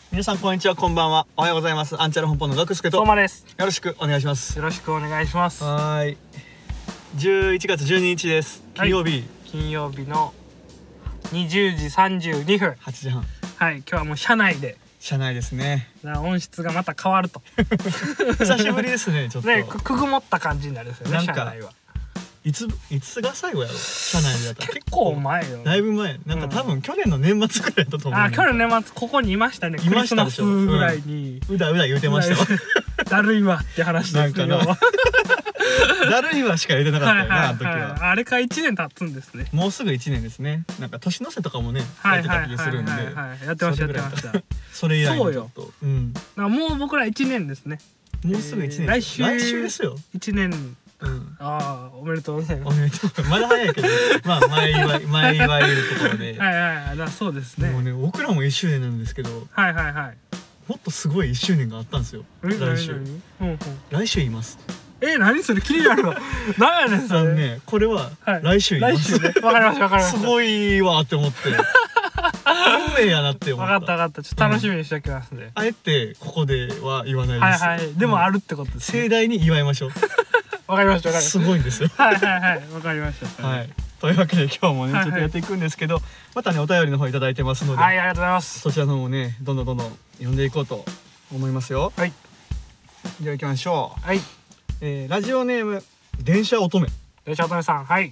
皆さんこんにちは、こんばんは、おはようございます。アンチャル本舗のガクスケと相馬です。 よろしくお願いします。 よろしくお願いします。 はーい、11月12日です。金曜日、 金曜日の20時32分。 8時半。 はい、今日はもう車内で車内ですね。 音質がまた変わると久しぶりですね。ちょっとね、くぐもった感じになるんですよね。 なんか車内はいつが最後やろ、車内でやったら。 結構前よね。 だいぶ前、なんか多分去年の年末ぐらいだと思う。 去年年末ここにいましたね。 いましたでしょ。 クリスマスぐらいに、 うだうだ言うてましたわ。 だるいわって話ですけど。 なんかだるいわしか言ってなかったよな、あの時は。 あれから1年経つんですね。 もうすぐ1年ですね。なんか年の瀬とかもね、やってた気がするんで。 やってました。 それ以来のちょっと。うん。 もう僕ら1年ですね。 もうすぐ1年。 来週ですよ。 1年。 ああ、おめでとうございます。 おめでとう。まだ早いけど、まあ前祝いるところで。 そうですね。 もうね、僕らも1周年なんですけど、もっとすごい1周年があったんですよ。来週。来週言います。 何それ、気になるわ。何やねんそれ。 ね、これは来週言います。 わかりました。 すごいわって思って。運命やなって思った。 分かった。ちょっと楽しみにしておきますね。 あえてここでは言わないです。 でもあるってことです。 盛大に祝いましょう。 わかりました。 すごいんですよ。 わかりました。 はい。というわけで今日もねちょっとやっていくんですけど、またねお便りの方いただいてますので、 ありがとうございます。 そちらの方もねどんどん読んでいこうと思いますよ。 はい。 では行きましょう。 はい。 ラジオネーム電車乙女。 電車乙女さん、はい。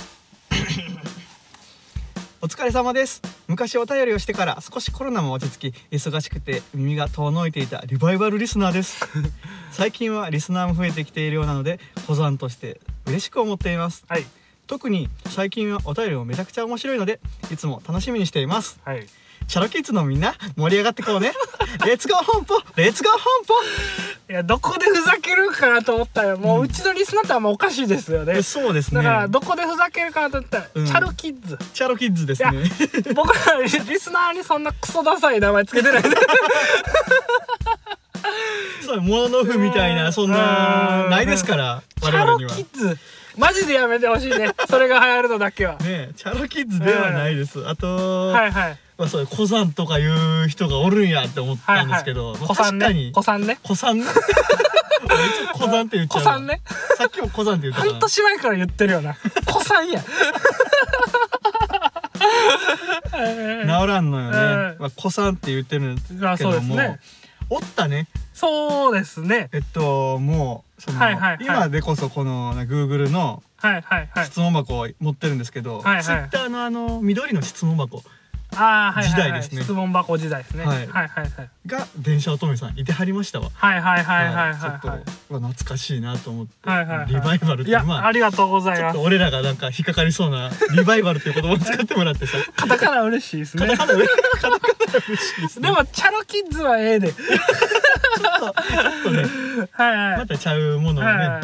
お疲れ様です。昔お便りをしてから少しコロナも落ち着き忙しくて耳が遠のいていたリバイバルリスナーです。最近はリスナーも増えてきているようなので保存として嬉しく思っています。 はい。 特に最近はお便りもめちゃくちゃ面白いのでいつも楽しみにしています。 はい。 チャロキッズのみんな盛り上がってこうね。レッツゴー本舗、レッツゴー本舗。 いや、どこでふざけるかなと思ったらもううちのリスナーってあんまおかしいですよね。 そうですね。 だからどこでふざけるかなと思ったらチャロキッズ。 チャロキッズですね。 僕らリスナーにそんなクソダサい名前つけてない。 そう、モノノフみたいなそんなないですから。 チャロキッズマジでやめてほしいね。それが流行るのだけはね。チャロキッズではないです。あとまあそういう子さんとかいう人がおるんやって思ったんですけど、 子さんね。子さんね。 子さんね。子さんって言っちゃう。 子さんね。 さっきも子さんって言った。 半年前から言ってるよな。子さんや。 治らんのよね。まあ子さんって言ってるんですけども、おったね。 そうですね。 もうその今でこそこの Google の質問箱を持ってるんですけど、Twitter の緑の質問箱時代ですね。 質問箱時代ですね。 が電車乙女さんいてはりましたわ。ちょっと懐かしいなと思ってリバイバルって、 ありがとうございます。 俺らがなんか引っかかりそうなリバイバルっていう言葉を使ってもらってさ、 カタカナ嬉しいですね。 カタカナ嬉しいですね。 でもチャロキッズはええで。ちょっとね、またちゃうものをね、だ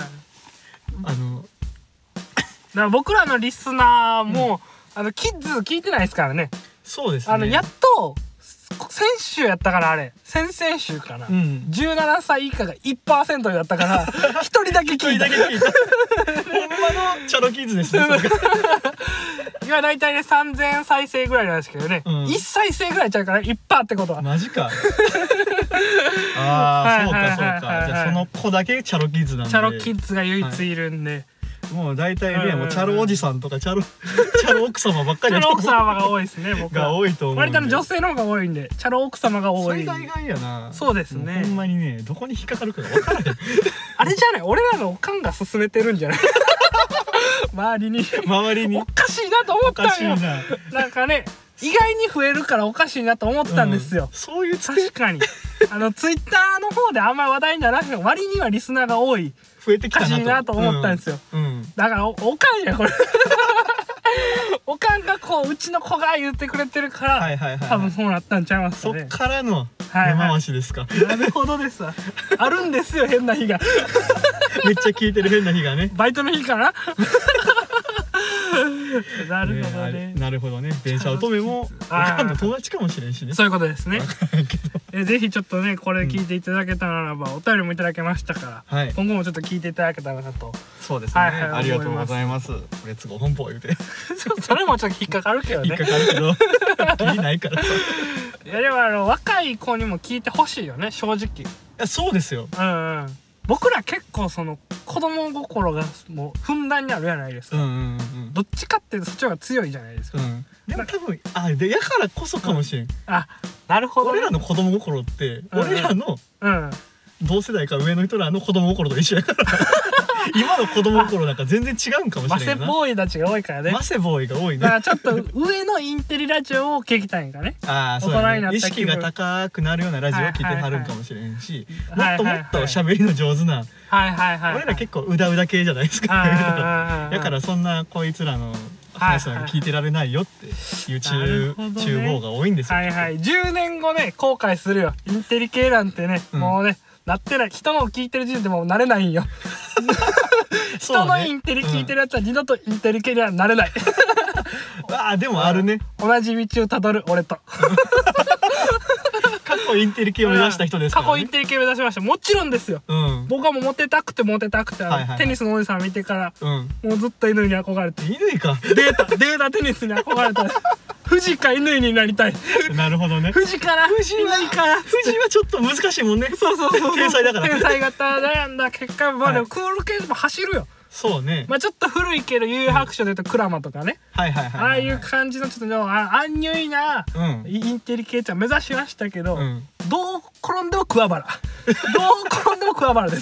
から僕らのリスナーもキッズ聞いてないですからね。 そうですね。 やっと先週やったから先々週かな。17歳以下が 1% だったから1人だけ聞いた。ほんまのチャロキッズですね。 今大体ね3000再生ぐらいなんですけどね、1再生ぐらいちゃうから 1% ってことは。 マジか。ああ、そうか。じゃあその子だけチャロキッズなんで。 チャロキッズが唯一いるんで。 もう大体ね、もうチャロおじさんとかチャロ奥様ばっかり。 チャロ奥様が多いですね。僕が多いと思う。 割と女性の方が多いんで、チャロ奥様が多い。 それが意外やな。 そうですね。 ほんまにね、どこに引っかかるか分からへん。 あれじゃない、俺らのおかんが勧めてるんじゃない。周りにおかしいなと思ったんよ。なんかね、意外に増えるからおかしいなと思ったんですよ。 そういう確かにツイッターの方であんまり話題にならない割にはリスナーが多い。 増えてきたなと思ったんですよ。だからおかんやこれ。おかんがうちの子が言ってくれてるから多分そうなったんちゃいますかね。 そっからの根回しですか。 なるほどですわ。あるんですよ、変な日が。 めっちゃ聞いてる変な日がね。 バイトの日かな。なるほどね。 なるほどね。電車乙女もおかんの友達かもしれんしね。 そういうことですね。ぜひちょっとねこれ聞いていただけたならば、お便りもいただけましたから、今後もちょっと聞いていただけたらなと。 そうですね。ありがとうございます。レッツゴー本舗言うて。 それもちょっと引っかかるけどね。 引っかかるけど、気にないからさ。 いやでも若若い子にも聞いてほしいよね、正直。 いやそうですよ。 僕ら結構その子供心がもうふんだんにあるじゃないですか。どっちかっていうとそっちの方が強いじゃないですか。 でも多分でやからこそかもしれん。 なるほど、ね。 俺らの子供心って、俺らの同世代か上の人らの子供心と一緒やから今の子供心なんか全然違うんかもしれないな。 マセボーイたちが多いからね。 マセボーイが多いね。 だからちょっと上のインテリラジオを聞きたいんかね。 そうだね。意識が高くなるようなラジオを聞いてはるんかもしれんし、もっともっと喋りの上手な、俺ら結構うだうだ系じゃないですか。だからそんなこいつらの話なんか聞いてられないよっていう厨房が多いんですよ。 10年後ね後悔するよ。インテリ系なんてね、もうねなってない。人のを聞いてる時点でもうなれないんよ人のインテリ聞いてるやつは二度とインテリ系にはなれないでもあるね。 同じ道をたどる俺と過去インテリ系を目指した人ですからね。 過去インテリ系を目指しました。もちろんですよ。僕はもうモテたくてテニスのおじさん見てからもうずっと犬に憧れて。 犬か。 データテニスに憧れた。富士か犬になりたい。 なるほどね。 富士から富士はちょっと難しいもんね。 そう天才だから。 天才型悩んだ結果、まあでもクール系でも走るよ。 そうね。 まあちょっと古いけど悠々白書で言うとクラマとかね。ああいう感じのちょっとアンニュイなインテリ系ちゃん目指しましたけど、どう転んでも桑原。どう転んでも桑原です。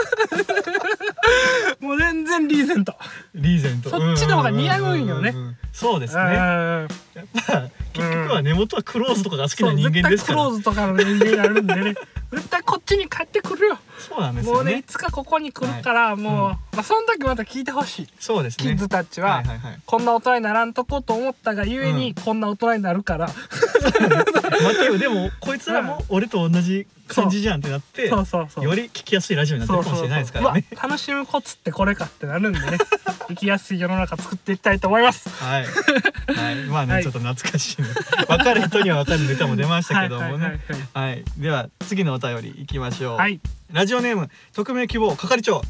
もう全然リーゼント。そっちの方が似合うんよね。 そうですね。やっぱ結局は根元はクローズとかが好きな人間ですから。 クローズとかの人間になるんでね。絶対こっちに帰ってくるよ。 そうなんですよね。 もうねいつかここに来るからもうその時また聞いてほしい。 そうですね。 キッズたちはこんな大人にならんとこうと思ったがゆえにこんな大人になるから。 待てよ、でもこいつらも俺と同じ感じじゃんってなってより聞きやすいラジオになってるかもしれないですからね。 楽しむコツってこれかってなるんでね生きやすい世の中作っていきたいと思います。 まあねちょっと懐かしいね。分かる人には分かるネタも出ましたけどもね。では次のお便りいきましょう。ラジオネーム匿名希望係長。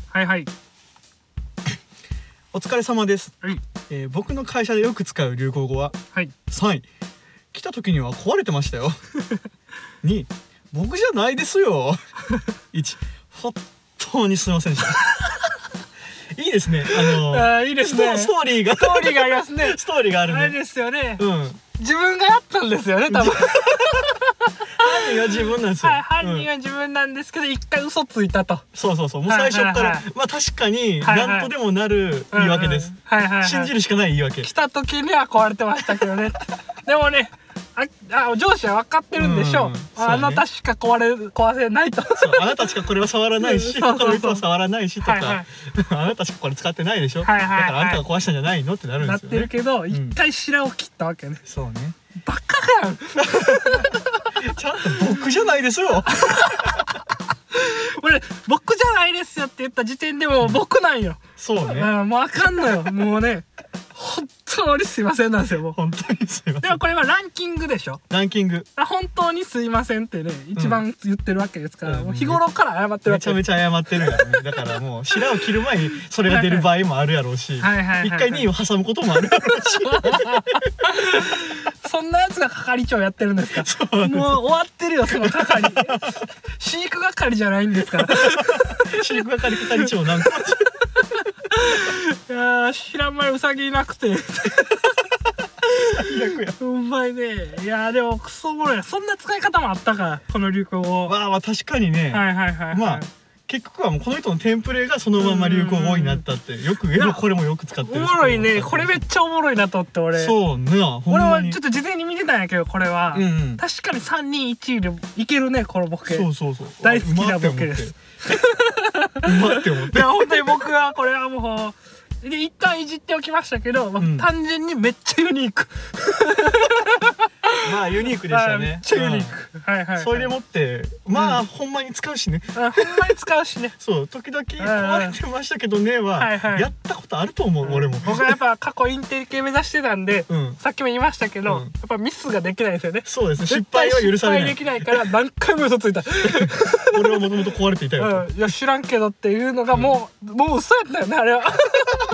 お疲れ様です。僕の会社でよく使う流行語は3位来た時には壊れてましたよ2位僕じゃないですよ1本当にすみませんでしたいいですね。 いいですね。 ストーリーがありますね。 ストーリーがあるね。 あれですよね。自分がやったんですよね多分。 犯人は自分なんですよ。 犯人は自分なんですけど一回嘘ついたと。 そうもう最初からまあ確かに何とでもなる言い訳です。信じるしかない言い訳。 来た時には壊れてましたけどね。でもね上司は分かってるんでしょう。あなたしか壊せないと。 あなたしかこれは触らないし他の人は触らないしとかあなたしかこれ使ってないでしょ。だからあなたが壊したんじゃないのってなるんですよね。 なってるけど一回白を切ったわけね。 そうね。 バカやん。 ちゃんと僕じゃないですよ。 俺僕じゃないですよって言った時点でもう僕なんよ。 そうね。 もうあかんのよ。もうね本当にすいませんなんですよ。もう本当にすいません。 でもこれはランキングでしょ。 ランキング。 本当にすいませんってね一番言ってるわけですから、もう日頃から謝ってるわけ。 めちゃめちゃ謝ってるからね。だからもう白を切る前にそれが出る場合もあるやろうし、一回2位を挟むこともあるやろうし。 そんなやつが係長やってるんですか。もう終わってるよその係。飼育係じゃないんですから。 飼育係長なんか。 いや知らん前ウサギいなくて。うまいね。いやでもクソおもろいな。そんな使い方もあったかこの流行語。 確かにね。まあ結局はもうこの人のテンプレがそのまま流行語になったってよくこれもよく使ってる。 おもろいね。これめっちゃおもろいなとって俺。 そうね。 俺はちょっと事前に見てたんやけどこれは確かに3人1位でいけるねこのボケ。 そう大好きなボケです。 うまって思って。 いや本当に僕はこれはもうで一旦いじっておきましたけど、単純にめっちゃユニーク。 まあユニークでしたね。めっちゃユニーク。 それでもってまあほんまに使うしね。 ほんまに使うしね。 そう時々壊れてましたけどねはやったことあると思う俺も。 僕はやっぱ過去インテリ系目指してたんで、さっきも言いましたけど、やっぱミスができないですよね。 そうですね。失敗は許されない。 失敗できないから何回も嘘ついた。 俺はもともと壊れていたよ。 いや知らんけどっていうのがもう嘘やったよねあれは。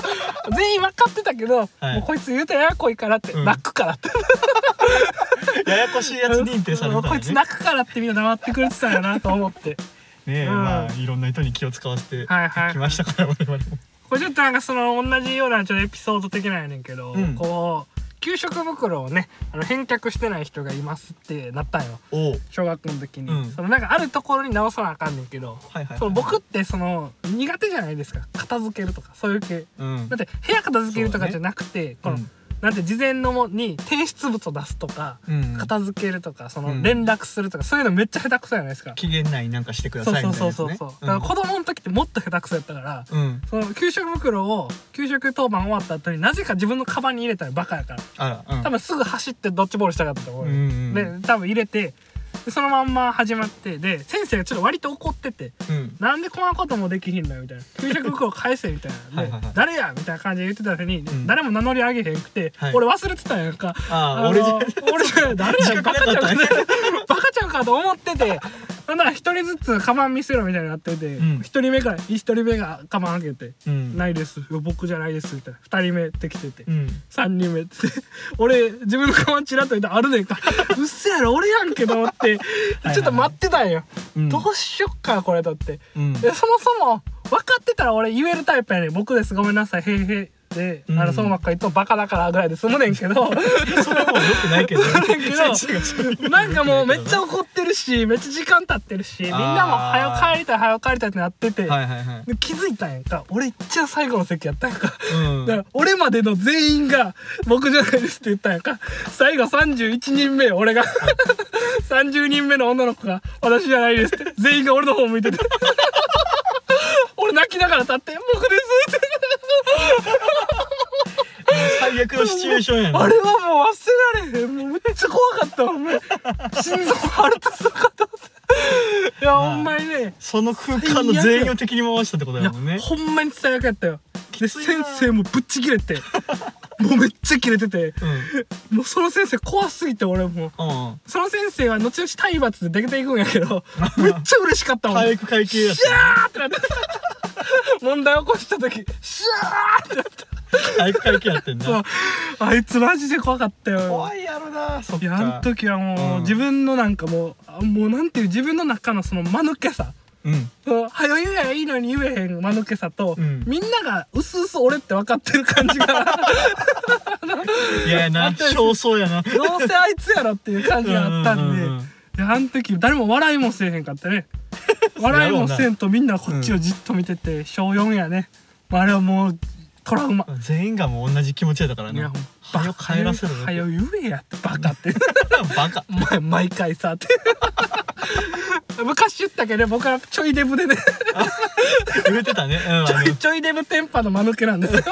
全員分かってたけど、もうこいつ言うとややこいからって、泣くからってややこしいやつ認定されたね。 こいつ泣くからってみんな黙ってくれてたんやなと思ってねえ、まあいろんな人に気を使わせてきましたから我々も。 これちょっとなんかその同じようなちょっとエピソード的なんやねんけど、こう給食袋をね返却してない人がいますってなったんよ、小学校の時に、そのなんかあるところに直さなあかんねんけど、その僕ってその苦手じゃないですか、片付けるとかそういう系、だって部屋片付けるとかじゃなくて、このなんて事前のに提出物を出すとか、片付けるとかその連絡するとか、そういうのめっちゃ下手くそじゃないですか。 期限内になんかしてくださいみたいなやつね。 そうだから子供の時ってもっと下手くそやったから、その給食袋を給食当番終わった後になぜか自分のカバンに入れたらバカやから、多分すぐ走ってドッジボールしたかったと思う、で多分入れて、でそのまんま始まって、で先生がちょっと割と怒ってて、なんでこんなこともできひんのよみたいな、給食袋返せみたいなで誰やみたいな感じで言ってたのに、誰も名乗り上げへんくて、俺忘れてたんやんか、俺誰やバカちゃうかバカちゃうかと思ってて、ほんなら一人ずつカバン見せろみたいになってて、一人目がカバン開けて「ないです僕じゃないです」みたいな、二人目ってきてて、三人目って俺自分のカバンチラッと見たらあるねんかうっせやろ俺やんけと思ってちょっと待ってたんよ、どうしよっかこれとって、でそもそも分かってたら俺言えるタイプやねん、僕ですごめんなさいへいへいで、そのばっかりとバカだからぐらいで済むねんけどそれはもうよくないけどなんかもうめっちゃ怒ってるし、めっちゃ時間経ってるし、みんなも早く帰りたいってなってて、で気づいたんやんか、俺一番最後の席やったんやんか、だから俺までの全員が僕じゃないですって言ったんやんか、最後31人目俺が30人目の女の子が私じゃないですって、全員が俺の方向いてて俺泣きながら立って僕ですって最悪のシチュエーションやな。 あれはもう忘れられへん、もうめっちゃ怖かったわ、もう心臓ハルトするかと思って。いや、ほんまにね、 その空間の全員を敵に回したってことだもんね。 ほんまに最悪やったよ。で先生もぶっちぎれてもうめっちゃキレてて、もうその先生怖すぎて、俺もその先生は後々体罰で出ていくんやけどめっちゃ嬉しかったもん。 体育会系やった。 シャーってなって問題起こした時シャーってなった。 体育会系やってんだ。 そう、あいつマジで怖かったよ。 怖いやろな。そっか。 いや、あの時はもう自分のなんかもうなんていう、自分の中のその間抜けさ、はよ言えばいいのに言えへん間抜けさと、みんながうすうす俺って分かってる感じがいやな、焦燥やな。 どうせあいつやろっていう感じがあったんで、いや、あの時誰も笑いもせえへんかったね。笑いもせんとみんなこっちをじっと見てて、小4やね。あれはもうトラウマ。 全員がもう同じ気持ちやだからね。はよ帰らせる。 はよ言えやってバカってバカ毎回さって昔言ったけど僕はちょいデブでね言ってたね。 ちょいデブテンパの間抜けなんですよ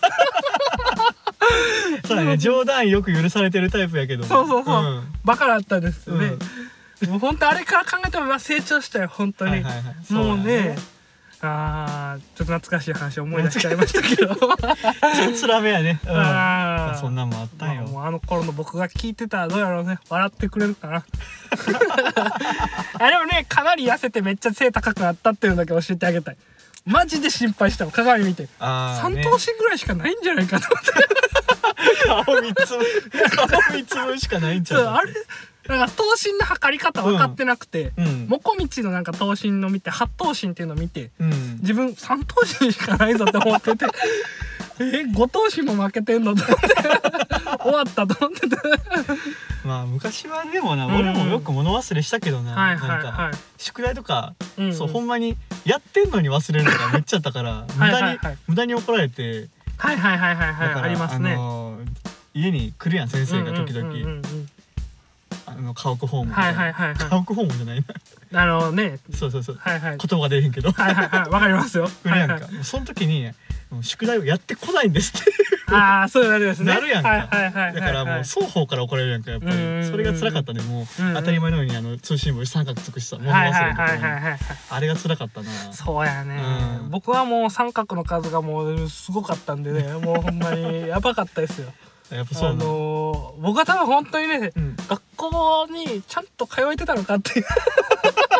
そうだね、冗談よく許されてるタイプやけど。 そう、バカだったんですよね。もう本当あれから考えたら成長したよ本当に。もうね、ちょっと懐かしい話を思い出しちゃいましたけどつらめやね。そんなんもあったんよ。 もうあの頃の僕が聞いてたらどうやろうね、笑ってくれるかなあでもね、かなり痩せてめっちゃ背高くなったっていうのだけ教えてあげたい。マジで心配したもん、鏡見て。3頭身ぐらいしかないんじゃないかと思って顔見つぶしかないんじゃない。 あれなんか頭身の測り方分かってなくて、もこみちのなんか頭身の見て8頭身っていうのを見て、自分3頭身しかないぞって思ってて5頭身も負けてんのと思って終わったと思っててまあ昔はでもな、俺もよく物忘れしたけどな、なんか宿題とか、そうほんまにやってんのに忘れるのがめっちゃあったから無駄に怒られて、 ありますね。 家に来るやん先生が時々。家屋訪問。家屋訪問じゃないな。 ね。 そう。言葉が出えへんけど。 わかりますよ。 来るやんか。その時に宿題をやってこないんですってそうなるですね。 なるやんか。だからもう双方から怒られるやんか、やっぱり。それが辛かったね。もう当たり前のように通信簿三角つくしさ、物忘れとかあれが辛かったな。 そうやね。僕はもう三角の数がもうすごかったんでね、もうほんまにやばかったですよ。 やっぱそうな僕は多分本当にね、学校にちゃんと通えてたのかっていう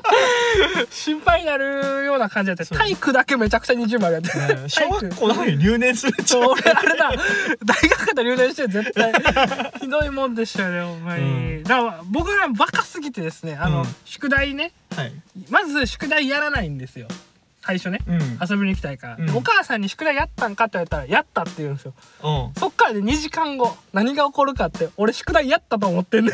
心配になるような感じだった。体育だけめちゃくちゃ20枚やって、 小学校なのに留年するっちゃう。 俺あれだ、大学から留年して絶対ひどいもんでしたよね、お前。だから僕らバカすぎてですね、宿題ね、まず宿題やらないんですよ最初ね、遊びに行きたいから、お母さんに宿題やったんかって言われたらやったって言うんですよ。そっからで2時間後何が起こるかって、俺宿題やったと思ってんね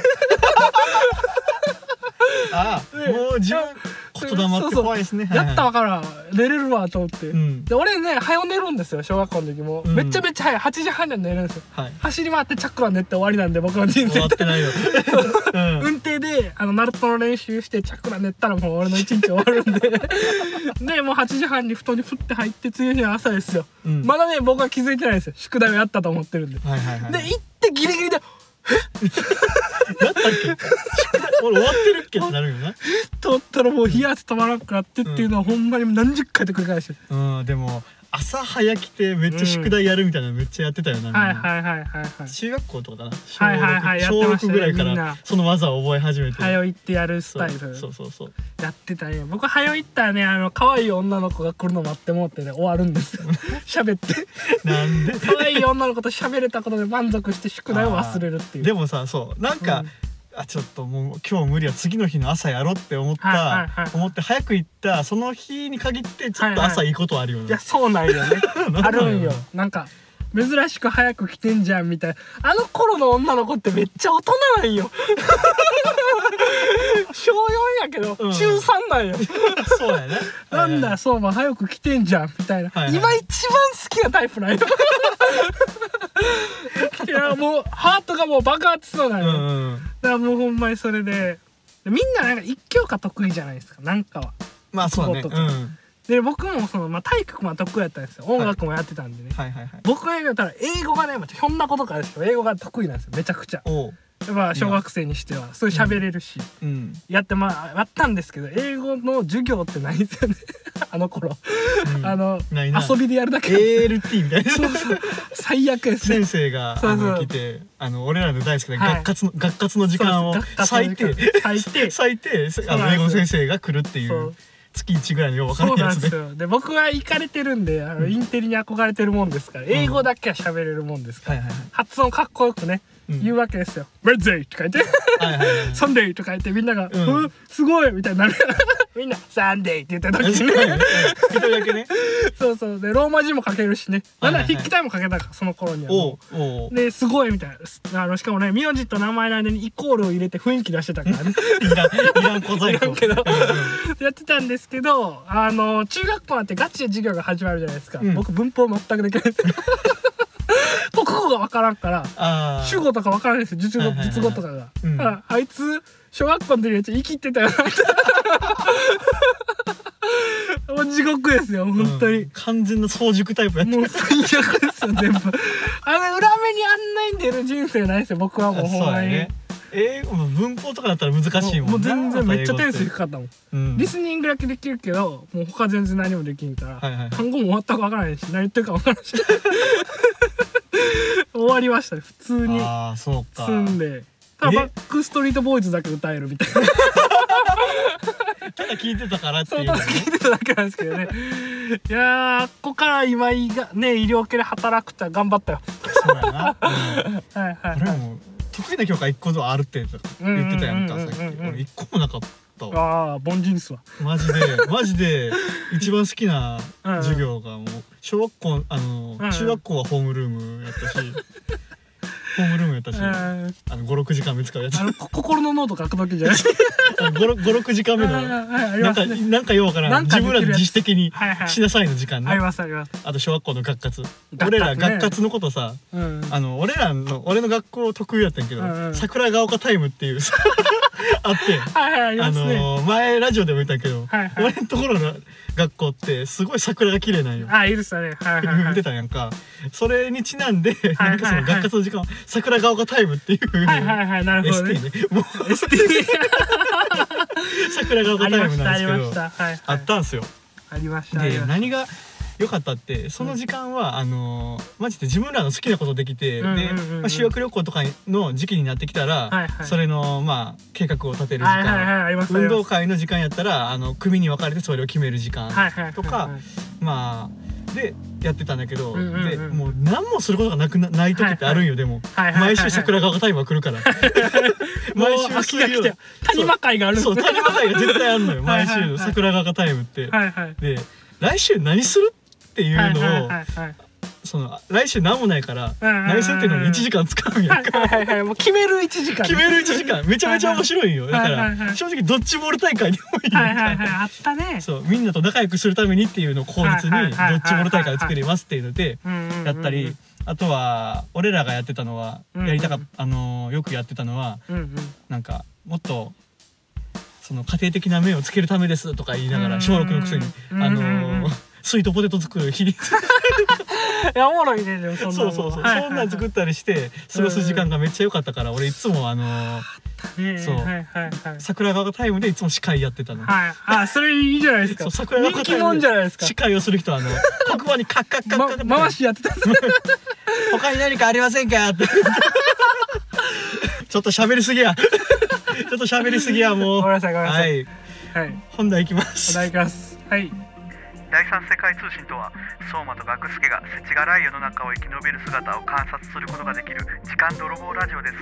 もう自分言霊って怖いですね。 やったわから寝れるわと思って、で俺ね早寝るんですよ小学校の時も、めちゃめちゃ早い8時半に寝るんですよ、走り回ってチャックラ寝って終わりなんで僕の人生終わってないよ運転でナルトの練習してチャックラ寝ったらもう俺の一日終わるんででもう8時半に布団にふって入って次の日の朝ですよ、まだね僕は気づいてないですよ、宿題をやったと思ってるんで、で行ってギリギリでやったっけ俺終わってるっけってなるよなと思ったらもう冷や汗止まらなくなってっていうのはほんまに何十回と繰り返してる。でも朝早来てめっちゃ宿題やるみたいなのめっちゃやってたよな。中学校とかかな、小6ぐらいからその技を覚え始めて早行ってやるスタイルそうやってたね。僕早行ったらね可愛い女の子が来るの待ってもってね終わるんですよ喋ってなんで可愛い女の子と喋れたことで満足して宿題を忘れるっていう。 でもさ、そうなんか、ちょっともう今日無理や次の日の朝やろって思って早く行ったその日に限ってちょっと朝いいことあるよね。 いやそうなんよねあるんよ。なんか珍しく早く来てんじゃんみたいな。あの頃の女の子ってめっちゃ大人なんよ小4やけど、中3なんよそうやねなんだそう早く来てんじゃんみたいな、今一番好きなタイプなんよいやもうハートがもう爆発しそうなんよ、だからもうほんまにそれでみんななんか一教科得意じゃないですか、なんかは。 まあそうね。 で僕も体育も得意やったんですよ、音楽もやってたんでね。僕が言うたら英語がねひょんなことからですけど英語が得意なんですよめちゃくちゃ。やっぱ小学生にしてはすごい喋れるし、やったんですけど英語の授業ってないですよねあの頃、遊びでやるだけ ALT みたいなそう最悪ですね。 先生が来て俺らの大好きな学活の時間を割いて英語の先生が来るっていう月1ぐらいのよう分かるやつで。そうなんですよ。で僕は行かれてるんでインテリに憧れてるもんですから英語だけは喋れるもんですから、発音かっこよくね言うわけですよ。ウェンズデーとか言ってサンデーとか言ってみんながすごいみたいになるみんなサンデーって言った時にね一人だけねそうでローマ字も書けるしね、なんなら筆記体も書けたからその頃にはもうですごいみたいな。しかもね名字と名前の間にイコールを入れて雰囲気出してたからねいらん小細工けどやってたんですけど中学校なんてガチで授業が始まるじゃないですか、僕文法全くできない国語が分からんから主語とか分からないですよ、述語とかが、あいつ小学校の時めっちゃ生きてたよなもう地獄ですよ本当に、 完全な早熟タイプやってもう最悪ですよ全部裏目にあんないんでる人生ないですよ僕はもうほんまに。 英語も文法とかだったら難しいもんね。 もう全然めっちゃ点数低かったもん、リスニングだけできるけどもう他全然何もできんから、単語も全く分からないし何言ってるか分からないし終わりましたね普通に済んで。ただバックストリートボーイズだけ歌えるみたいなただ聞いてたからっていう、 ただ聞いてただけなんですけどねいやここから今がね医療系で働くって頑張ったよ。 そうやな俺も得意な教科1個はあるって言ってたやんかさっき。俺1個もなかったわ。 凡人っすわマジで一番好きな授業がもう小学校中学校はホームルームやったし5-6時間目使うやつ心のノート書く時じゃない 5-6時間目のなんかようわからん自分らで自主的にしなさいの時間ね。 ありますあと小学校の学活俺ら学活のことさ俺の学校得意やったんやけど桜ヶ丘タイムっていうさあって前ラジオでも言ったけど俺のところの学校ってすごい桜が綺麗なんよ。 いいですね。 見てたやんか。それにちなんでなんかその学活の時間を桜ヶ丘タイムっていうなるほどね。 ST ね。もう桜ヶ丘タイムなんですけどあったんすよ。 ありました。 で何がよかったってその時間はマジで自分らの好きなことできて、で修学旅行とかの時期になってきたら、それのまあ計画を立てる時間、運動会の時間やったら組に分かれてそれを決める時間とか、まあでやってたんだけど、でもう何もすることがない時ってあるんよ。でも毎週桜川タイムは来るから毎週秋が来て谷間会がある。 そう、谷間会が絶対あるのよ毎週桜川タイムって。で来週何するっていうのをその来週何もないから何するっていうのに1時間使うんやんか。 もう決める1時間決める1時間めちゃめちゃ面白いよ。だから正直ドッジボール大会でもいいやんか。 あったね。 そうみんなと仲良くするためにっていうのを口実にドッジボール大会を作りますっていうのでやったり、あとは俺らがやってたのはやりたかよくやってたのはなんかもっとその家庭的な面をつけるためですとか言いながら小6のくせにスイートポテト作る比率いやおもろいね。でもそんなそうそんなん作ったりして過ごす時間がめっちゃ良かったから、俺いつもそう桜川タイムでいつも司会やってたの。 あ、それいいじゃないですか。 桜川タイムで司会をする人は黒板にカッカッカッカッ回しやってた。 他に何かありませんかってちょっと喋りすぎやちょっと喋りすぎやもう。 ごめんなさいごめんなさい。 本題いきます。 本題いきます。はい。 第三世界通信とは、相馬と学助が世知辛い世の中を生き延びる姿を観察することができる時間泥棒ラジオです。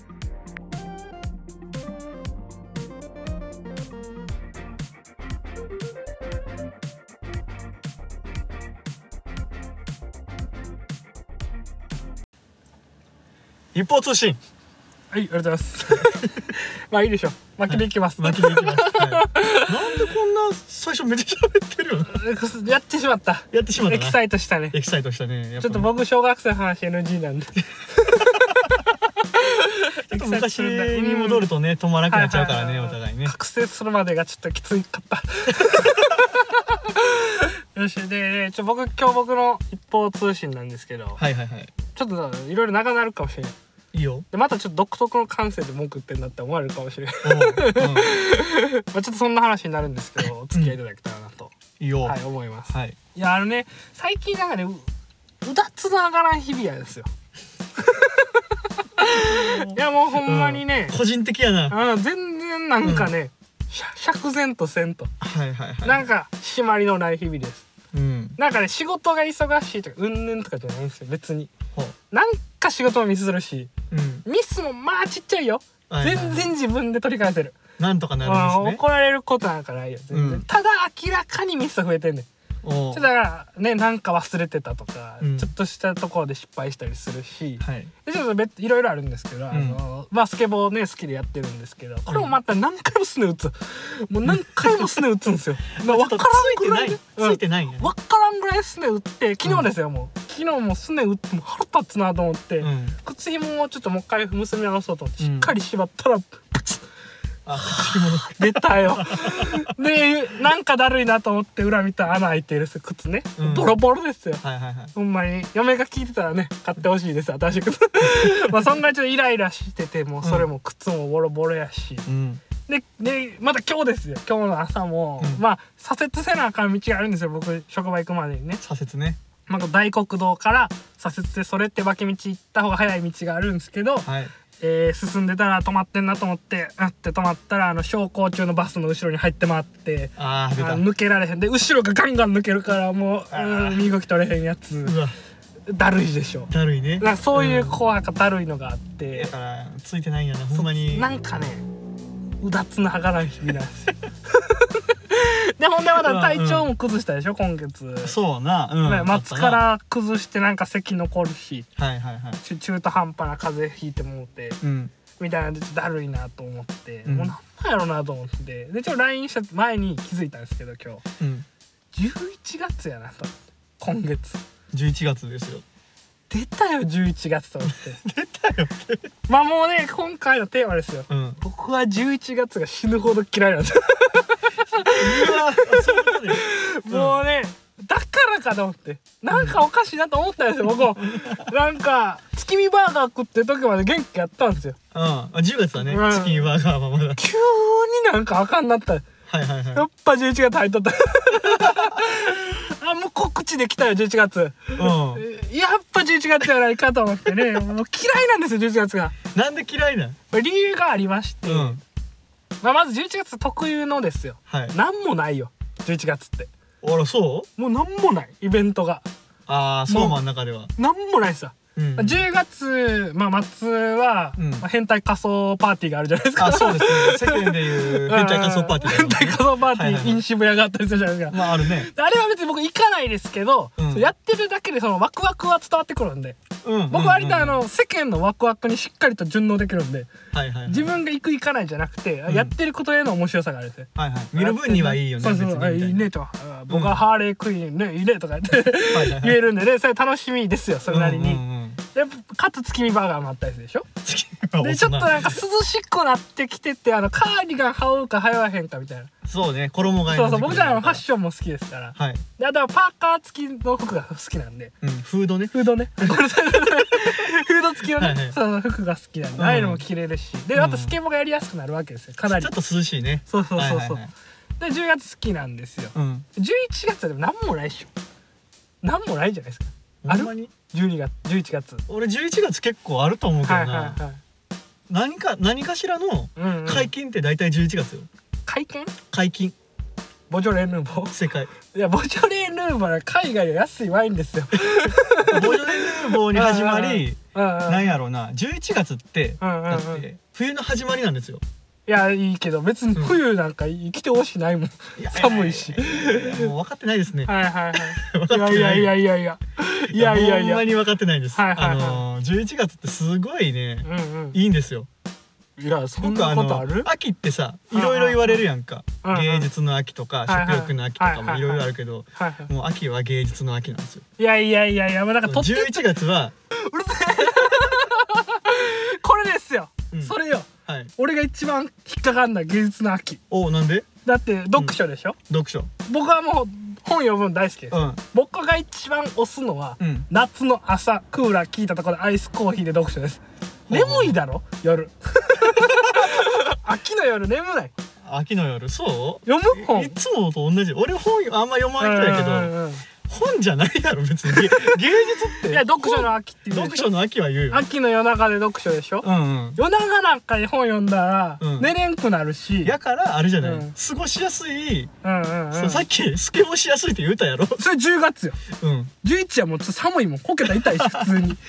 一方通信。 はい、ありがとうございますまあいいでしょう。巻きでいきます。 巻きでいきます。なんでこんな最初めっちゃ喋ってるよ。 やってしまった。 やってしまった。 エキサイトしたね。 エキサイトしたね。 ちょっと僕小学生の話 NG なんで。ちょっと昔に戻るとね止まらなくなっちゃうからね、お互いね。 覚醒するまでがちょっときついかった。よし、で今日僕の一方通信なんですけど、ちょっといろいろ長なるかもしれない。 いいよ。 でまたちょっと独特の感性で文句言ってんだって思われるかもしれない。まあちょっとそんな話になるんですけど、お付き合いいただけたらなと、 いいよ、 はい、思います。いや最近なんかねうだつの上がらん日々やですよ。いやもうほんまにね、 個人的やな。 全然なんかね、釈然とせんと、なんか締まりのない日々です。なんかね仕事が忙しいとかうんぬんとかじゃないんですよ別に。なんか仕事もミスするし、ミスもまあちっちゃいよ。全然自分で取り返せる。 なんとかなるんですね。 怒られることなんかないよ全然。ただ明らかにミス増えてんねん。だからねなんか忘れてたとか、ちょっとしたところで失敗したりするし、でちょっといろいろあるんですけど、まあスケボーね好きでやってるんですけど、これもまた何回もスネ打つ。もう何回もスネ打つんですよ。分からんぐらいついてないんやね。 分からんぐらいスネ打って、昨日ですよもう。昨日もスネ打っても腹立つなと思って、靴紐をちょっともう一回結び直そうと思ってしっかり縛ったらプチッ。出たよ。でなんかだるいなと思って裏見たら穴開いてる靴ね、ボロボロですよ。ほんまに嫁が聞いてたらね買ってほしいです新しい靴。まあそんなちょっとイライラしててもそれも靴もボロボロやし、でまた今日ですよ。今日の朝も、まあ左折せなあかん道があるんですよ僕職場行くまでにね。 左折ね。 まあ大国道から左折でそれって分け道行った方が早い道があるんですけど、進んでたら止まってんなと思って止まったら走行中のバスの後ろに入って回って抜けられへんで、後ろがガンガン抜けるからもう身動き取れへんやつ。だるいでしょ。 だるいね。 なんかそういう怖かだるいのがあって、 だからついてないんやなほんまに。 なんかねうだつのはがらん日々なんですよ。でほんでまだ体調も崩したでしょ今月。 そうな、 末から崩してなんか咳残るし、中途半端な風邪ひいてもうて、みたいなでだるいなと思って、もうなんやろうなと思ってでちょっと LINE した前に気づいたんですけど今日、11月やなと今月 11月ですよ。 出たよ11月と思って出たよってまあもうね今回のテーマですよ、僕は11月が死ぬほど嫌いなんですよ。もうねだからかと思ってなんかおかしいなと思ったんですよ僕も。なんか月見バーガー食ってる時まで元気やったんですよ。 10月だね、月見バーガーはまだ。 急になんかあかんなった。やっぱ11月入っとった。あもう克口で来たよ11月、やっぱ11月じゃないかと思ってねもう嫌いなんですよ11月が。 なんで嫌いなん？ 理由がありまして、まず11月特有のですよ、なんもないよ11月って。 あらそう？ もうなんもないイベントが。 そう真ん中ではなんもないさ。10月、末は、変態仮装パーティーがあるじゃないですか。 そうですね。世間でいう変態仮装パーティー。 変態仮装パーティー、in渋谷があったりするじゃないですか。 あるね。 あれは別に僕行かないですけど、やってるだけでそのワクワクは伝わってくるんで。僕割と世間のワクワクにしっかりと順応できるんで、自分が行く行かないじゃなくて、やってることへの面白さがあるんですよ。 見る分にはいいよね。 そうそういいねと、僕はハーレークイーンねいいねとか言って言えるんでね、それ楽しみですよそれなりに。でかつ月見バーガーもあったりするでしょ。でちょっとなんか涼しくなってきててカーディガン羽織るか羽織らへんかみたいな。 そうね、衣替えの時期。 そう僕らのファッションも好きですから。であとはパーカー付きの服が好きなんで。 フードね。 フード付きのね、その服が好きなんで、ああいうのも着れるし、であとスケボーがやりやすくなるわけですよ。かなりちょっと涼しいね。 そうで10月好きなんですよ。11月はでも何もないっしょ。何もないじゃないですか。ある？12月11月。 俺11月結構あると思うけどな。何かしらの解禁って大体11月よ。解禁。 ボジョレ・ヌーボー。 世界。 いやボジョレ・ヌーボーは海外で安いワインですよ。 ボジョレ・ヌーボーに始まり、なんやろうな、11月ってだって冬の始まりなんですよ。 いやいいけど別に冬なんか生きてほしないもん。寒いし。 もう分かってないですね。いやほんまに分かってないです。11月ってすごいねいいんですよ。 いやそんなことある？ 秋ってさいろいろ言われるやんか。芸術の秋とか食欲の秋とかもいろいろあるけど、もう秋は芸術の秋なんですよ。 いやもうなんか 11月はうるせえこれですよ。それよ。俺が一番引っかかんない芸術の秋。 なんで？ だって読書でしょ。 読書。 僕はもう本読むの大好きです。僕が一番推すのは夏の朝クーラー効いたところでアイスコーヒーで読書です。眠いだろ夜。秋の夜眠ない？秋の夜そう？ 読む本？ いつもと同じ。俺本あんま読まない人やけど。本じゃないやろ別に。芸術って。 いや読書の秋って言う。 読書の秋は言うよ。 秋の夜中で読書でしょ。夜中なんかに本読んだら寝れんくなるし。 やからあれじゃない。過ごしやすい。さっきスケボーしやすいって言うたやろ。それ10月よ。11はもうちょっと寒いもん。こけた痛いし普通に。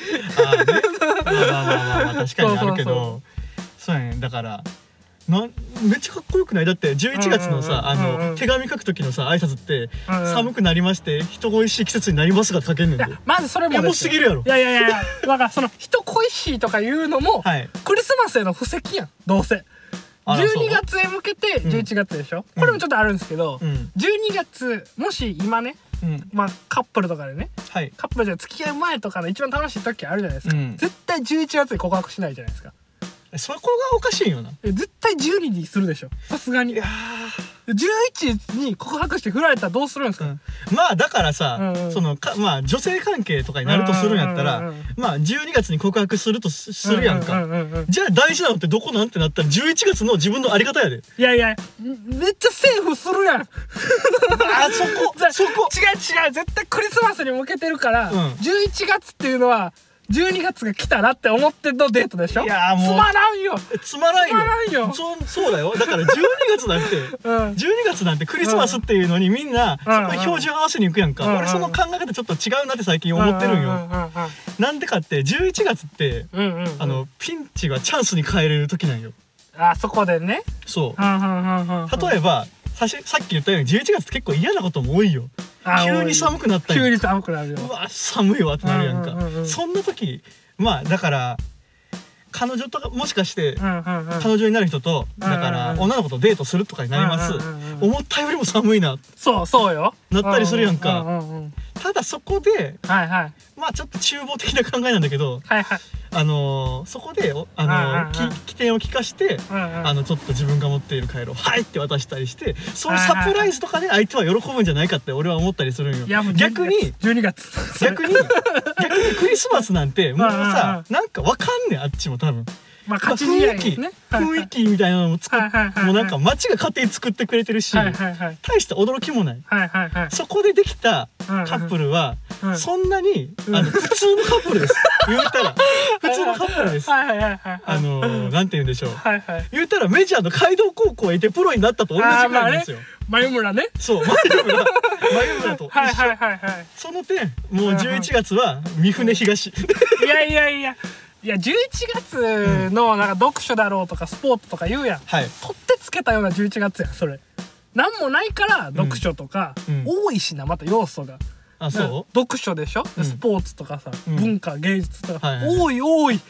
まあ確かにあるけど。そうやね。だから。めっちゃかっこよくない？だって11月のさ手紙書く時のさ挨拶って寒くなりまして人恋しい季節になりますが書けんねんで。 まずそれもエモすぎるやろ。 いやだからその人恋しいとかいうのもクリスマスへの布石やんどうせ。12月へ向けて11月でしょ。これもちょっとあるんですけど12月もし今ねカップルとかでねカップルじゃ付き合う前とかの一番楽しい時あるじゃないですか。絶対11月に告白しないじゃないですか。 そこがおかしいよな。 絶対12にするでしょさすがに。11に告白して振られたらどうするんですか？ まあだからさその女性関係とかになるとするんやったら12月に告白するとするやんか。じゃあ大事なのってどこなんてなったら11月の自分のあり方やで。 いやめっちゃセーフするやん。 そこ違う絶対クリスマスに向けてるから11月っていうのは12月が来たなって思ってのデートでしょ。いやもうつまらんよ。そうだよ。だから12月なんて12月なんてクリスマスっていうのにみんなそこに標準合わせに行くやんか。俺その考え方ちょっと違うなって最近思ってるんよ。なんでかって11月ってピンチがチャンスに変えれる時なんよ。 そこでね。 そう例えばさっき言ったように11月って結構嫌なことも多いよ。急に寒くなったり。 急に寒くなるよ。 うわ寒いわってなるやんか。そんな時だから彼女とかもしかして彼女になる人とだから女の子とデートするとかになります。思ったよりも寒いな。 そうよ。 なったりするやんか。ただそこでちょっと厨房的な考えなんだけどそこで起点を利かしてちょっと自分が持っているカイロはいって渡したりしてそういうサプライズとかで相手は喜ぶんじゃないかって俺は思ったりするんよ。逆に 12月逆にクリスマスなんてもうさなんかわかんねんあっちも多分。雰囲気みたいなのも作ってもうなんか街が勝手に作ってくれてるし大した驚きもない。そこでできたカップルはそんなに普通のカップルです。言ったら普通のカップルです。なんて言うんでしょう。言ったらメジャーの街道高校へいてプロになったと同じぐらいなんですよ。 眉村ね。 そう眉村と一緒。その点もう11月は三船東。 いや11月のなんか読書だろうとかスポーツとか言うやん。取ってつけたような11月やんそれ。なんもないから読書とか多いしな、また要素が。読書でしょ、スポーツとかさ、文化芸術とか多い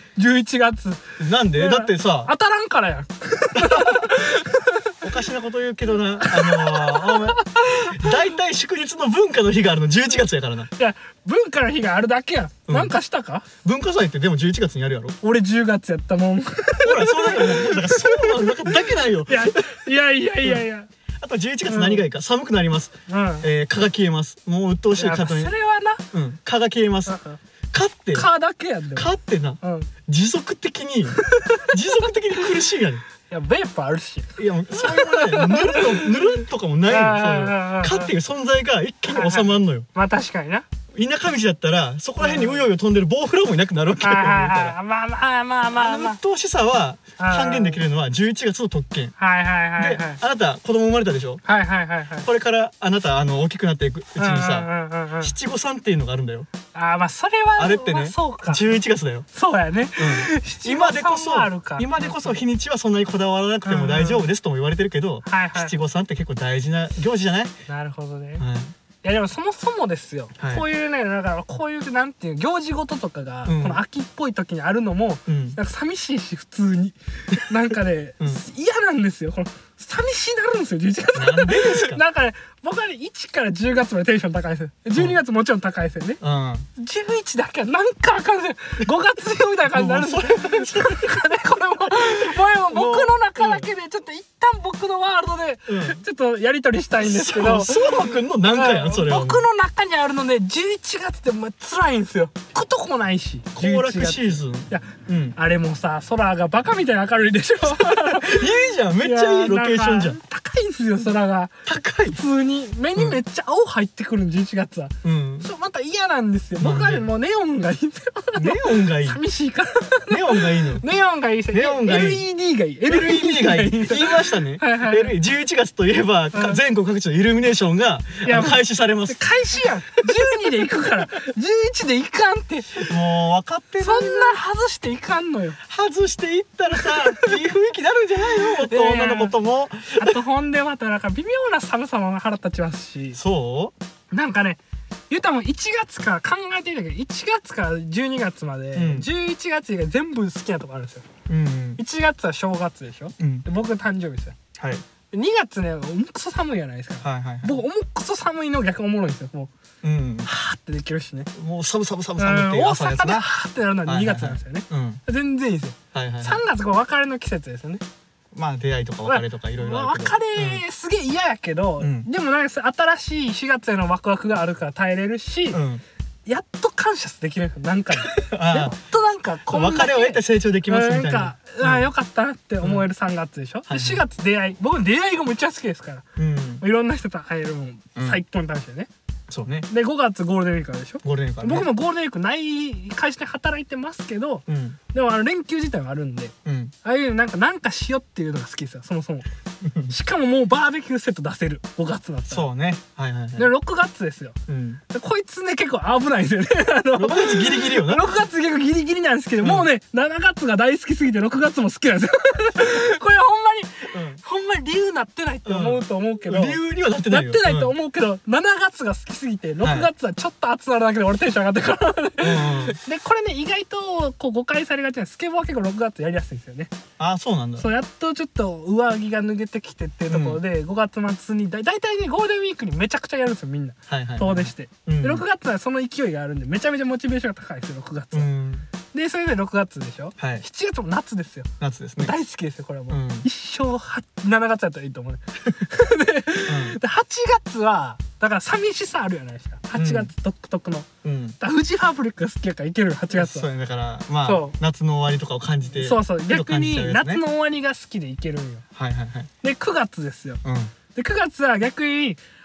11月。 なんでだってさ当たらんからやん。 おかしなこと言うけどな、だいたい祝日の文化の日があるの11月やからな。 いや文化の日があるだけやん。なんかしたか？ 文化祭ってでも11月にやるやろ。 俺10月やったもん。ほらそうだからそうなんだけないよ。 いやあと11月何がいいか、寒くなります。蚊が消えます。もう鬱陶しい蚊とね。 それはな。 蚊が消えます。 蚊だけやんでも。 蚊ってな、持続的に苦しいやねん。 いやベープあるし。 いやそういうのね、ぬるとかもないの。蚊っていう存在が一気に収まんのよ。 まあ確かにな。 田舎道だったらそこら辺にうようよ飛んでるボウフラもいなくなるわけよ。 まあ鬱陶しさは還元できるのは11月の特権。であなた子供生まれたでしょ。これからあなた大きくなっていくうちにさ、七五三っていうのがあるんだよ。 まあそれはあれってね11月だよ。 そうやね。 今でこそ日にちはそんなにこだわらなくても大丈夫ですとも言われてるけど、七五三って結構大事な行事じゃない？ なるほどね。いやでもそもそもですよ、こういうね、だからこういうなんていう行事ごととかがこの秋っぽい時にあるのもなんか寂しいし、普通になんかね嫌なんですよ。この寂しいなるんですよ11月。 なんでですか？ なんかね僕はね1から10月までテンション高いですよ。12月もちろん高いですよね。11だけはなんかあかんねん。5月病みたいな感じになるんですよ。これも僕の中だけでちょっと一旦僕のワールドでちょっとやり取りしたいんですけど、 そうまくんのなんかやんそれは。 僕の中にあるので11月って辛いんですよ。くとこないし行楽シーズン。いやあれもさ空がバカみたいに明るいでしょ。 いいじゃん、めっちゃいいロケーションじゃん。 高いんですよ空が。 高い。 普通に目にめっちゃ青入ってくるん11月は。そうまた嫌なんですよ。僕はねもうネオンがいいんですよ。 ネオンがいい。 寂しいから。 ネオンがいいの。 ネオンがいいですよ。 ネオンがいい。 LED がいい。 LED がいい。言いましたね。11月といえば全国各地のイルミネーションが開始されます。 開始やん。12で行くから。11で行かんって。 もう分かってる。 そんな外していかんのよ。 外していったらさ、いい雰囲気になるんじゃないの？もっと女の子とも。 あとほんでまたなんか微妙な寒さも腹立ちますし。 そう？ なんかね、言うたらもう1月から考えてみたけど1月から12月まで11月以外全部好きなとこあるんですよ。1月は正月でしょ。で僕の誕生日ですよ。2月ね、重くそ寒いじゃないですか。僕重くそ寒いの逆おもろいんですよ。もうはーってできるしね。 もう寒っていう朝ですね。大阪ではーってなるのは2月なんですよね。全然いいですよ。3月こう別れの季節ですよね。 まあ出会いとか別れとかいろいろあるけど、 別れすげえ嫌やけど、でもなんか新しい4月へのワクワクがあるから耐えれるし、やっと感謝できるんですよ。なんかやっとなんかこんな別れを得て成長できますみたいな。 よかったなって思える3月でしょ。4月出会い、僕出会いがめっちゃ好きですから、いろんな人と会えるもん最高に楽しいよね。そうね。で5月ゴールデンウィークあるでしょ。ゴールデンウィーク、僕もゴールデンウィークない会社で働いてますけど、でも連休自体はあるんで、ああいうなんかしようっていうのが好きですよ、そもそも。しかももうバーベキューセット出せる5月だったら。そうね。で6月ですよ。こいつね結構危ないですよね。6 月ギリギリよな。 6月結構ギリギリなんですけど、もうね7月が大好きすぎて6月も好きなんですよ。これほんまに理由なってないって思うと思うけど、 理由にはなってないよ。 なってないと思うけど、7月が好きすぎて6月はちょっと暑なるだけで俺テンション上がってるから。でこれね意外とこう誤解されがちなスケボーは結構6月やりやすいんですよね。 あ、そうなんだ。 そうやっとちょっと上着が脱げてきてっていうところで、5月末にだいたいねゴールデンウィークにめちゃくちゃやるんですよみんな。遠出して。で6月はその勢いがあるんでめちゃめちゃモチベーションが高いですよ6月は。でそれで6月でしょ。7月も夏ですよ。夏ですね。大好きですよこれはもう。一生7月やったらいいと思うね。で8月はだから寂しさあるじゃないですか。8月独特の。フジファブリックが好きやからいける8月は。そうだからまあ夏の終わりとかを感じて。そう逆に夏の終わりが好きでいけるんよ。で9月ですよ。で9月は逆に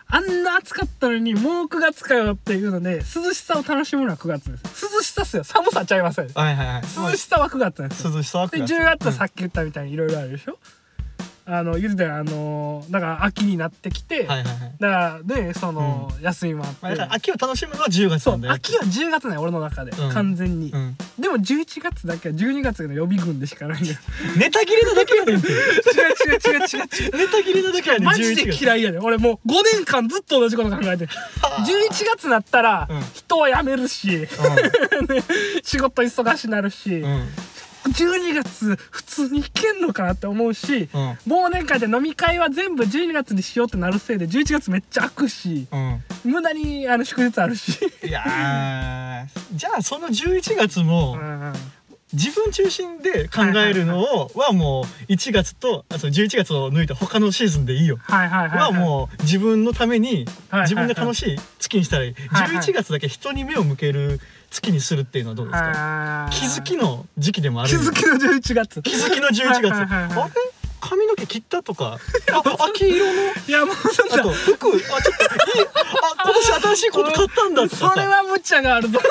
あんな暑かったのにもう9月かよっていうので涼しさを楽しむのは9月です。涼しさっすよ、寒さちゃいますよ、 はいはいはい、 涼しさは9月なんですよ。 涼しさは9月で10月はさっき言ったみたいにいろいろあるでしょ、言うてだから秋になってきて、 はいはいはい、 だからでその、休みもあって、 だから秋を楽しむのは10月なんだよ。 秋は10月ね俺の中で、完全に、でも11月だけは12月の予備軍でしかないんだよ。 ネタ切れなだけやねんって。違う違うネタ切れなだけやねん。 マジで嫌いやねん俺。もう5年間ずっと同じこと考えてる。11月になったら、人は辞めるし、仕事忙しになるし、12月普通に行けんのかなって思うし、忘年会で飲み会は全部12月にしようってなるせいで11月めっちゃ空くし、無駄に祝日あるし。 いやじゃあその11月も自分中心で考えるのはもう1月とあと11月を抜いた他のシーズンでいいよ。はもう自分のために自分が楽しい月にしたらいい。11月だけ人に目を向ける月にするっていうのはどうですか。気づきの時期でもある。 気づきの11月。 気づきの11月。あれ髪の毛切ったとか、秋色の、 いやもうあと服、ちょっといい、今年新しいこと買ったんだとかさ。 それは無茶があるぞ。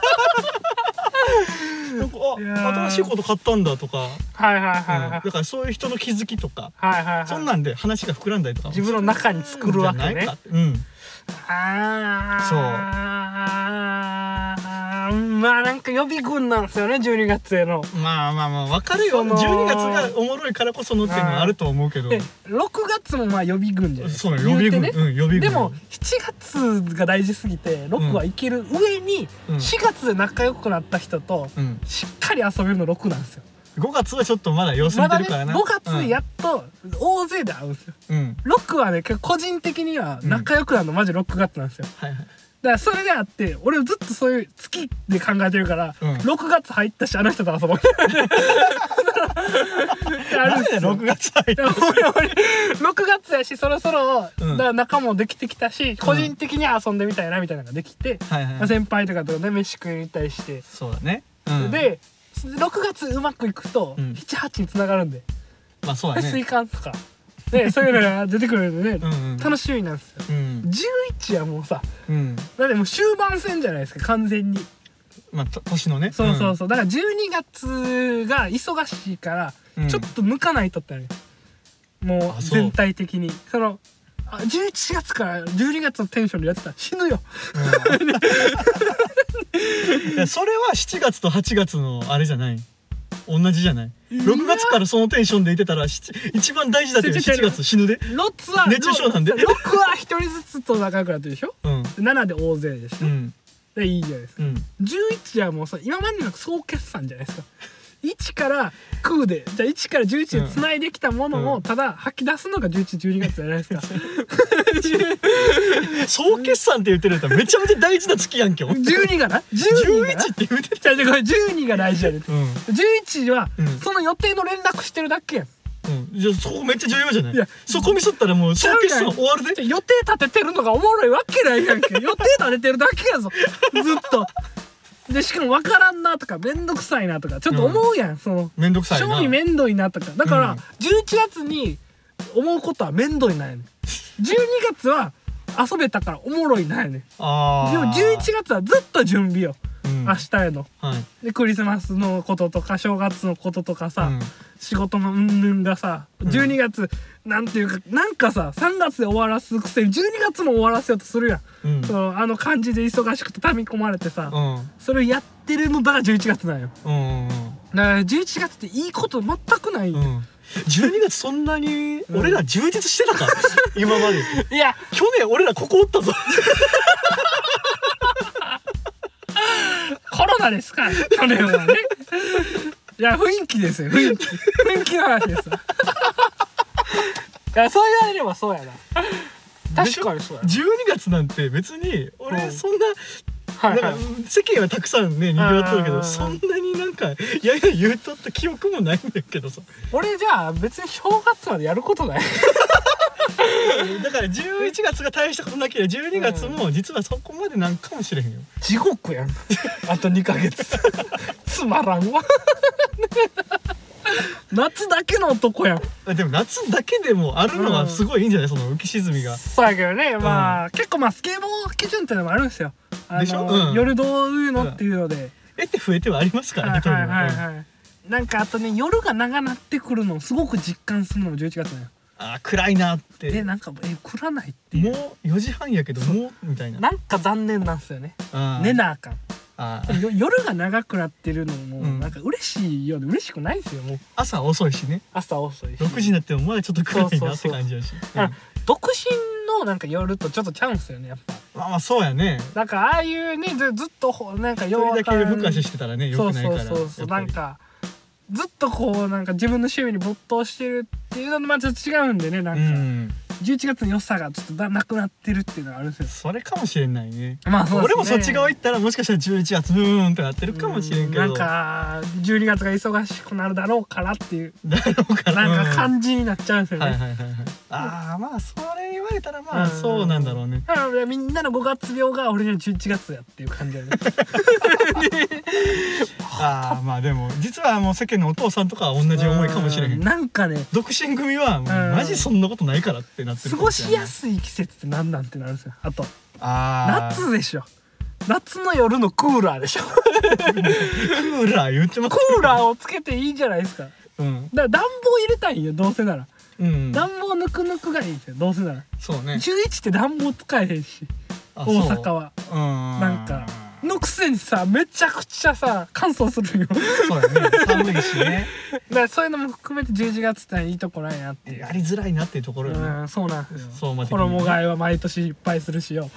新しいこと買ったんだとか。 だからそういう人の気づきとか、そんなんで話が膨らんだりとか。 自分の中に作るわけね。 そう。 まあなんか予備軍なんですよね12月への。 まあ分かるよ。12月がおもろいからこそのっていうのはあると思うけど。 6月もまあ予備軍じゃないですか。 そう予備軍。予備軍。 でも7月が大事すぎて6はいける上に4月で仲良くなった人としっかり遊べるの6なんですよ。 5月はちょっとまだ様子見てるからな。 5月やっと大勢で会うんですよ。6はね個人的には仲良くなるのマジ6月なんですよ。だからそれであって俺ずっとそういう月で考えてるから、6月入ったしあの人と遊ぼう。 なんで6月入った 6月やしそろそろだから仲もできてきたし、個人的に遊んでみたいなみたいなのができて、先輩とかとね飯食いに行ったりして、 そうだね。 で6月うまくいくと7、8につながるんで、 まあそうだね。 水管とかでそういうのが出てくるんでね、楽しみなんですよ。11はもうさ、だってもう終盤戦じゃないですか完全に。 まあ年のね。 そうだから12月が忙しいからちょっと抜かないとってある。もう全体的にその11月から12月のテンションでやってたら死ぬよ。 それは7月と8月のあれじゃない。同じじゃない。6月からそのテンションでいてたら一番大事だっていう7月死ぬで。熱中症なんで。 6は1人ずつと仲良くなってるでしょ。7で大勢でしょ。でいいじゃないですか。11はもうさ今までの総決算じゃないですか。1から9でじゃあ1から11でつないできたものをただ吐き出すのが11、12月じゃないですか。 総決算って言ってるんだったらめちゃめちゃ大事な月やん今日。 12がな 11って言ってた。 これ12が大事やね。11はその予定の連絡してるだけやん。 じゃあそこめっちゃ重要じゃない。そこミスったらもう総決算終わるで。 予定立ててるのがおもろいわけないやんけ。予定立ててるだけやぞずっと。でしかも分からんなとか面倒くさいなとかちょっと思うやん、その面倒くさいな正味面倒いなとかだから、11月に思うことは面倒いなんやねん。12月は遊べたからおもろいなんやねん。でも11月はずっと準備よ、明日への、でクリスマスのこととか正月のこととかさ、仕事のうんぬんがさ12月、なんていうかなんかさ3月で終わらすくせに12月も終わらせようとするやん、そのあの感じで忙しくて溜み込まれてさ、それをやってるのだから11月なんよ。だから11月っていいこと全くないよ、 12月そんなに俺ら充実してたか、今まで。 いや去年俺らここおったぞ。 コロナですから去年はね。いや雰囲気ですよ、雰囲気の話ですよ。いやそう言われればそうやな。確かにそうやな。 12月なんて別に俺そんな、なんか世間はたくさんね賑わっとるけど、そんなになんかやや言うとった記憶もないんだけどさ。 俺じゃあ別に正月までやることない。 だから11月が大したことなければ12月も実はそこまでなんかもしれへんよ。 地獄やん。あと2ヶ月。つまらんわ。 夏だけの男やん。 でも夏だけでもあるのはすごいいいんじゃない、その浮き沈みが。 そうやけどね、まあ、結構スケボー基準っていうのもあるんですよ。 でしょ、 夜どういうのっていうので。 って増えてはありますからね。 なんかあとね、夜が長なってくるのをすごく実感するのも11月だよ。 暗いなって。 なんか暗ないっていう。 もう4時半やけどもうみたいな。 なんか残念なんすよね。寝なあかん。夜が長くなってるのもなんか嬉しいようで嬉しくないですよ。もう朝遅いしね。 朝遅いし 6時になってもまだちょっと暗いなって感じやし。 独身のなんか夜とちょっとちゃうんすよね、やっぱ。 まあそうやね。 なんかああいうね、ずっとなんか夜だけ夜更かししてたらね、よくないから。 そうなんかずっとこうなんか自分の趣味に没頭してるっていうのとまたちょっと違うんでね、なんか11月の良さがちょっとなくなってるっていうのがあるんですよ。 それかもしれないね。 まあそうですね。 俺もそっち側行ったらもしかしたら11月ってなってるかもしれんけど、 なんか12月が忙しくなるだろうからっていうなんか感じになっちゃうんですよね。 まあそれ言われたらまあそうなんだろうね。 みんなの5月病が俺には11月やっていう感じだね。 まあでも実はもう世間のお父さんとかは同じ思いかもしれへん。 なんかね、 独身組はマジそんなことないからってなってる。 過ごしやすい季節って何なんてなるんですよ。あと夏でしょ。夏の夜のクーラーでしょ。クーラー言ってます。 クーラーをつけていいじゃないですか。だから暖房入れたいよ、どうせなら。暖房ぬくがいいんですよ、どうせなら。 そうね。 11って暖房使えへんし、大阪は。なんかのくせにさ、めちゃくちゃさ乾燥するよ。 そうやね、寒いしね。 だからそういうのも含めて11月っていいとこないなって。 やりづらいなっていうところよね。 そうなんですよ。衣替えは毎年いっぱいするしよ。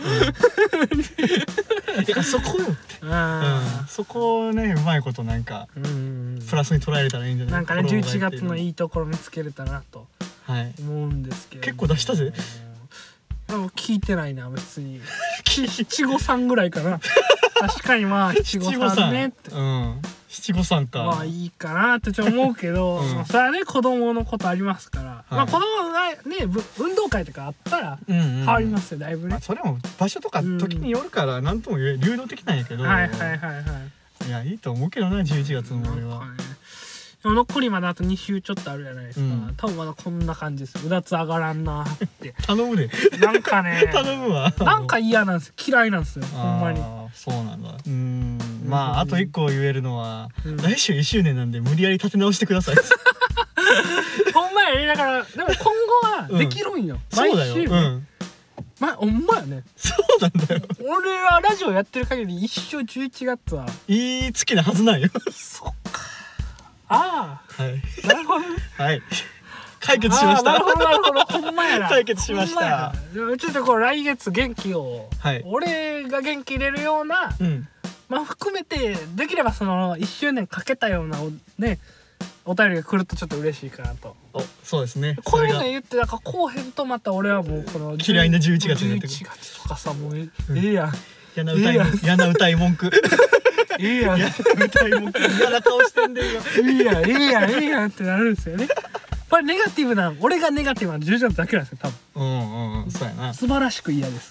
そこよって。そこをね、うまいことなんかプラスに捉えれたらいいんじゃない。 なんかね、11月のいいところ見つけれたなと思うんですけど。 結構出したぜ。 聞いてないな、別に。七五三ぐらいかな。確かにまあ七五三ねって、 七五三か、 まあいいかなってちょっと思うけど、それはね子供のことありますから、まあ子供がね運動会とかあったら変わりますよ、だいぶね。 それも場所とか時によるから何とも言え流動的なんやけど、いやいいと思うけどな、11月の俺は。 残りまであと2週ちょっとあるじゃないですか。多分まだこんな感じです。うだつ上がらんなって頼むで。 なんかね、 頼むわ。 なんか嫌なんです。嫌いなんですよ、ほんまに。 そうなんだ。まああと1個言えるのは、来週1周年なんで無理やり立て直してください。 ほんまやね。だからでも今後はできるんよ。 そうだよ。 ほんまやね。 そうなんだよ。 俺はラジオやってる限り一生11月はいい月なはずなんよ。 そっか。はい。なるほど。 はい。解決しました。 なるほど。ほんまやな。 解決しました。 ちょっとこう来月元気を、俺が元気入れるような、まあ含めてできればその1周年かけたようなねお便りが来るとちょっと嬉しいかなと。 そうですね。 こういうの言ってなんかこうへんとまた俺はもうこの嫌いな11月になってくる。 11月とかさ、もうええやん。 嫌な歌い文句。 いいやん。 歌い文句嫌な顔してんで今。 いいやんってなるんですよね。これネガティブな、俺がネガティブな11月だけなんですよ、多分。 そうやな。 素晴らしく嫌です。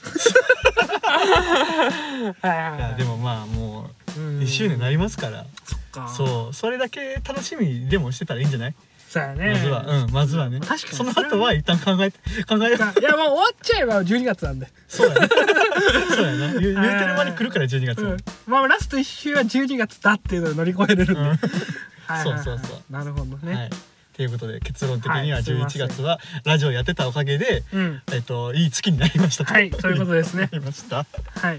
でもまあもう1周年になりますから。そっか。そう、それだけ楽しみでもしてたらいいんじゃない？ そうやね。 まずはね。確かに。その後は一旦考えよう。いやもう終わっちゃえば12月なんで。 そうやね。そうやな。言うてる間に来るから12月。 まあラスト1週は12月だっていうのを乗り越えれるんで。 そう。 なるほどね。 ということで結論的には11月はラジオやってたおかげでいい月になりました。 はい、そういうことですね。 なりました。 はい。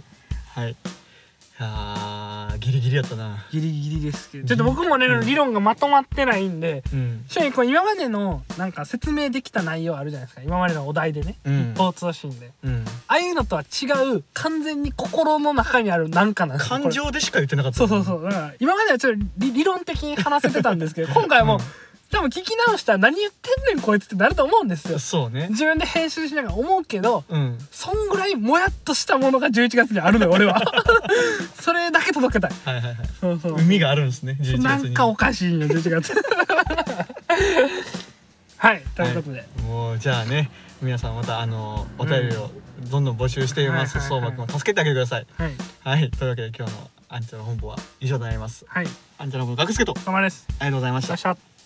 ギリギリやったな。 ギリギリですけど、ちょっと僕もね理論がまとまってないんで、今までのなんか説明できた内容あるじゃないですか。今までのお題でね、一方通信で、ああいうのとは違う完全に心の中にあるなんかなんです。 感情でしか言ってなかった。 そうだから今まではちょっと理論的に話せてたんですけど、今回はもう多分聞き直したら何言ってんねんこいつってなると思うんですよ。 そうね。 自分で編集しながら思うけど、そんぐらいもやっとしたものが11月にあるのよ俺は。それだけ届けたい。そう海があるんですね、11月に。 なんかおかしいよ11月。はい、ということで、 もうじゃあね、皆さんまたお便りをどんどん募集しています。相馬くんを助けてあげてください。はい、というわけで今日のアンチャの本部は以上となります。アンチャの本部学助と頑張りです。 ありがとうございました。